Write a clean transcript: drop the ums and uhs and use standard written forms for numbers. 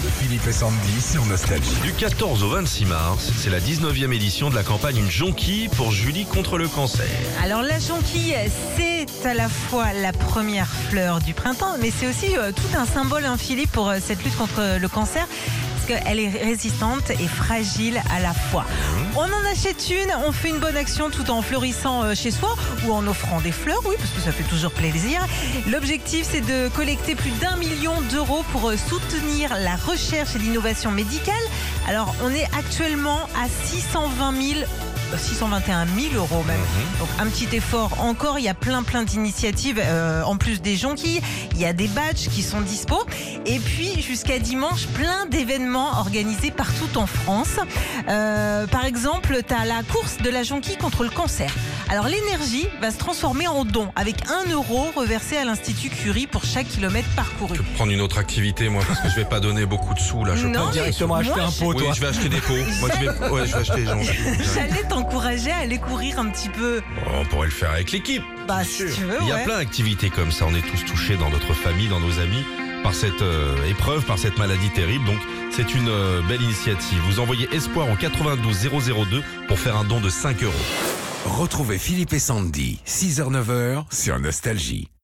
Philippe et Sandy sur Nostalgie. Du 14 au 26 mars, c'est la 19e édition de la campagne Une jonquille pour Julie contre le cancer. Alors la jonquille, c'est à la fois la première fleur du printemps, mais c'est aussi tout un symbole, Philippe, pour cette lutte contre le cancer. Parce qu'elle est résistante et fragile à la fois. On en achète une, on fait une bonne action tout en fleurissant chez soi ou en offrant des fleurs, oui, parce que ça fait toujours plaisir. L'objectif, c'est de collecter plus d'1 million d'euros pour soutenir la recherche et l'innovation médicale. Alors, on est actuellement à 621 000 euros même. Donc un petit effort encore, il y a plein d'initiatives en plus des jonquilles, il y a des badges qui sont dispo et puis jusqu'à dimanche plein d'événements organisés partout en France. Par exemple, tu as la course de la jonquille contre le cancer. Alors l'énergie va se transformer en don avec 1 euro reversé à l'Institut Curie pour chaque kilomètre parcouru. Je vais prendre une autre activité moi parce que je vais pas donner beaucoup de sous là. Je Non, pense Directement mais acheter moi, un pot, Oui, toi. je vais acheter des pots. Moi, je vais acheter des jonquilles. J'allais t'encourager à aller courir un petit peu. On pourrait le faire avec l'équipe. Bah si tu veux, Il y a ouais. plein d'activités comme ça. On est tous touchés dans notre famille, dans nos amis, par cette épreuve, par cette maladie terrible. Donc, c'est une belle initiative. Vous envoyez Espoir au 92 002 pour faire un don de 5 euros. Retrouvez Philippe et Sandy, 6h-9h sur Nostalgie.